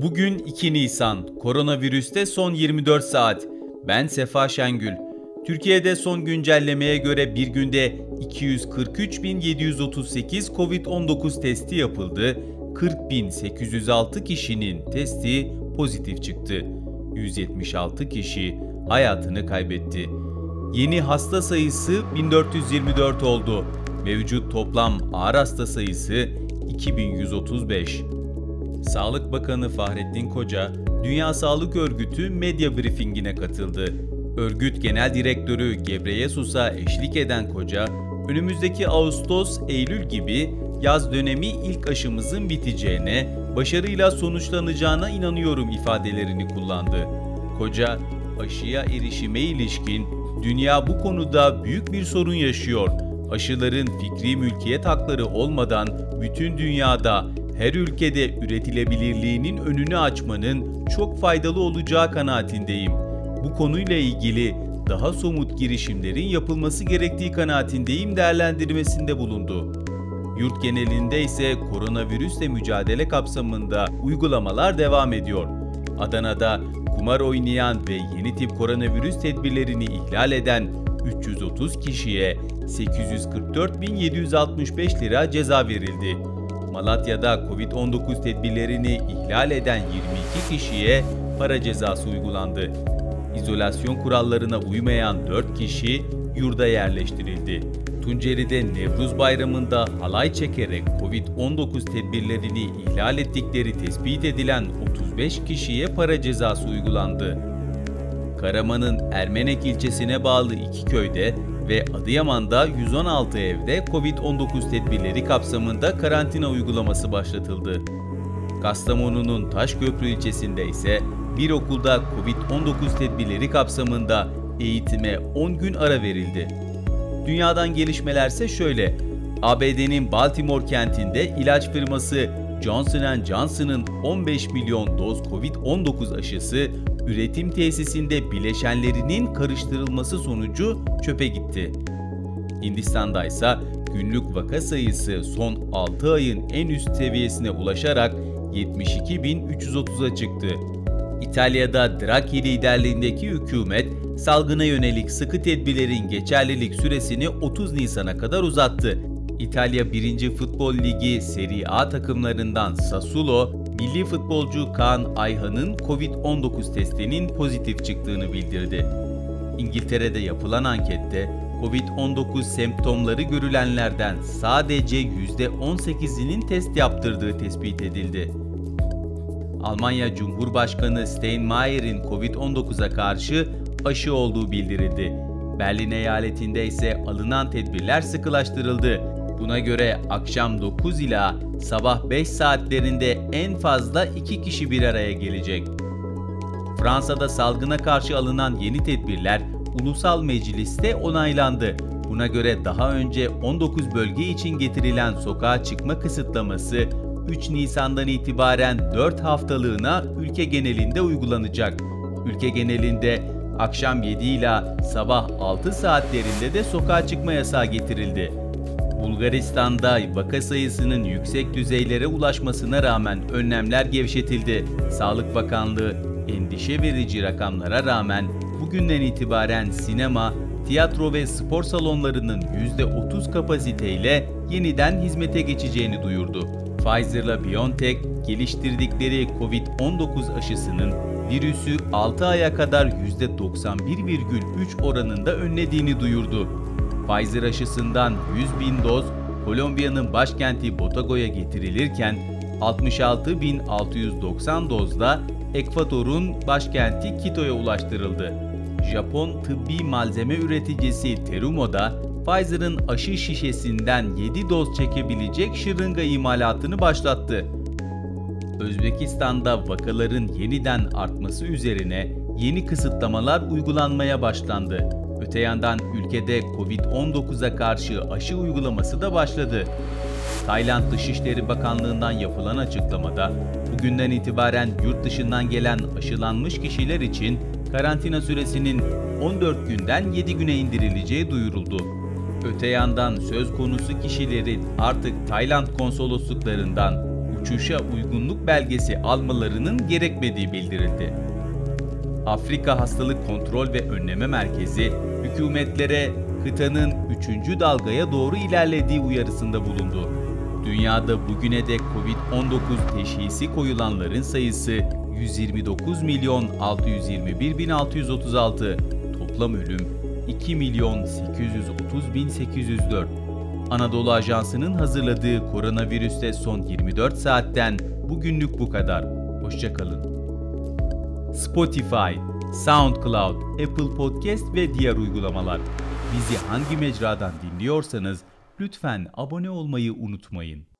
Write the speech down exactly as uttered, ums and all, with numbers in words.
Bugün iki Nisan, koronavirüste son yirmi dört saat. Ben Sefa Şengül. Türkiye'de son güncellemeye göre bir günde iki yüz kırk üç bin yedi yüz otuz sekiz kovid on dokuz testi yapıldı. kırk bin sekiz yüz altı kişinin testi pozitif çıktı. yüz yetmiş altı kişi hayatını kaybetti. Yeni hasta sayısı bin dört yüz yirmi dört oldu. Mevcut toplam ağır hasta sayısı iki bin yüz otuz beş. Sağlık Bakanı Fahrettin Koca, Dünya Sağlık Örgütü medya briefingine katıldı. Örgüt Genel Direktörü Gebreyesus'a eşlik eden Koca, önümüzdeki Ağustos-Eylül gibi yaz dönemi ilk aşımızın biteceğine, başarıyla sonuçlanacağına inanıyorum ifadelerini kullandı. Koca, aşıya erişime ilişkin, dünya bu konuda büyük bir sorun yaşıyor. Aşıların fikri mülkiyet hakları olmadan bütün dünyada, her ülkede üretilebilirliğinin önünü açmanın çok faydalı olacağı kanaatindeyim. Bu konuyla ilgili daha somut girişimlerin yapılması gerektiği kanaatindeyim değerlendirmesinde bulundu. Yurt genelinde ise koronavirüsle mücadele kapsamında uygulamalar devam ediyor. Adana'da kumar oynayan ve yeni tip koronavirüs tedbirlerini ihlal eden üç yüz otuz kişiye sekiz yüz kırk dört bin yedi yüz altmış beş lira ceza verildi. Malatya'da kovid on dokuz tedbirlerini ihlal eden yirmi iki kişiye para cezası uygulandı. İzolasyon kurallarına uymayan dört kişi yurda yerleştirildi. Tunceli'de Nevruz Bayramı'nda halay çekerek kovid on dokuz tedbirlerini ihlal ettikleri tespit edilen otuz beş kişiye para cezası uygulandı. Karaman'ın Ermenek ilçesine bağlı iki köyde ve Adıyaman'da yüz on altı evde kovid on dokuz tedbirleri kapsamında karantina uygulaması başlatıldı. Kastamonu'nun Taşköprü ilçesinde ise bir okulda kovid on dokuz tedbirleri kapsamında eğitime on gün ara verildi. Dünyadan gelişmelerse şöyle: A B D'nin Baltimore kentinde ilaç firması Johnson and Johnson'ın on beş milyon doz kovid on dokuz aşısı üretim tesisinde bileşenlerinin karıştırılması sonucu çöpe gitti. Hindistan'da ise günlük vaka sayısı son altı ayın en üst seviyesine ulaşarak yetmiş iki bin üç yüz otuza çıktı. İtalya'da Draghi liderliğindeki hükümet salgına yönelik sıkı tedbirlerin geçerlilik süresini otuz Nisan'a kadar uzattı. İtalya birinci Futbol Ligi Serie A takımlarından Sassuolo, milli futbolcu Kaan Ayhan'ın kovid on dokuz testinin pozitif çıktığını bildirdi. İngiltere'de yapılan ankette kovid on dokuz semptomları görülenlerden sadece yüzde on sekizinin test yaptırdığı tespit edildi. Almanya Cumhurbaşkanı Steinmeier'in kovid on dokuza karşı aşı olduğu bildirildi. Berlin eyaletinde ise alınan tedbirler sıkılaştırıldı. Buna göre akşam dokuz ila sabah beş saatlerinde en fazla iki kişi bir araya gelecek. Fransa'da salgına karşı alınan yeni tedbirler ulusal mecliste onaylandı. Buna göre daha önce on dokuz bölge için getirilen sokağa çıkma kısıtlaması üç Nisan'dan itibaren dört haftalığına ülke genelinde uygulanacak. Ülke genelinde akşam yedi ila sabah altı saatlerinde de sokağa çıkma yasağı getirildi. Bulgaristan'da vaka sayısının yüksek düzeylere ulaşmasına rağmen önlemler gevşetildi. Sağlık Bakanlığı endişe verici rakamlara rağmen bugünden itibaren sinema, tiyatro ve spor salonlarının yüzde otuz kapasiteyle yeniden hizmete geçeceğini duyurdu. Pfizer'la BioNTech geliştirdikleri kovid on dokuz aşısının virüsü altı aya kadar yüzde doksan bir virgül üç oranında önlediğini duyurdu. Pfizer aşısından yüz bin doz Kolombiya'nın başkenti Bogotá'ya getirilirken altmış altı bin altı yüz doksan doz da Ekvador'un başkenti Quito'ya ulaştırıldı. Japon tıbbi malzeme üreticisi Terumo da Pfizer'ın aşı şişesinden yedi doz çekebilecek şırınga imalatını başlattı. Özbekistan'da vakaların yeniden artması üzerine yeni kısıtlamalar uygulanmaya başlandı. Öte yandan ülkede kovid on dokuza karşı aşı uygulaması da başladı. Tayland Dışişleri Bakanlığı'ndan yapılan açıklamada, bugünden itibaren yurt dışından gelen aşılanmış kişiler için karantina süresinin on dört günden yedi güne indirileceği duyuruldu. Öte yandan söz konusu kişilerin artık Tayland konsolosluklarından uçuşa uygunluk belgesi almalarının gerekmediği bildirildi. Afrika Hastalık Kontrol ve Önleme Merkezi, hükümetlere kıtanın üçüncü dalgaya doğru ilerlediği uyarısında bulundu. Dünyada bugüne dek kovid on dokuz teşhisi koyulanların sayısı yüz yirmi dokuz milyon altı yüz yirmi bir bin altı yüz otuz altı, toplam ölüm iki milyon sekiz yüz otuz bin sekiz yüz dört. Anadolu Ajansı'nın hazırladığı koronavirüste son yirmi dört saatten bugünlük bu kadar. Hoşça kalın. Spotify, SoundCloud, Apple Podcast ve diğer uygulamalar. Bizi hangi mecradan dinliyorsanız lütfen abone olmayı unutmayın.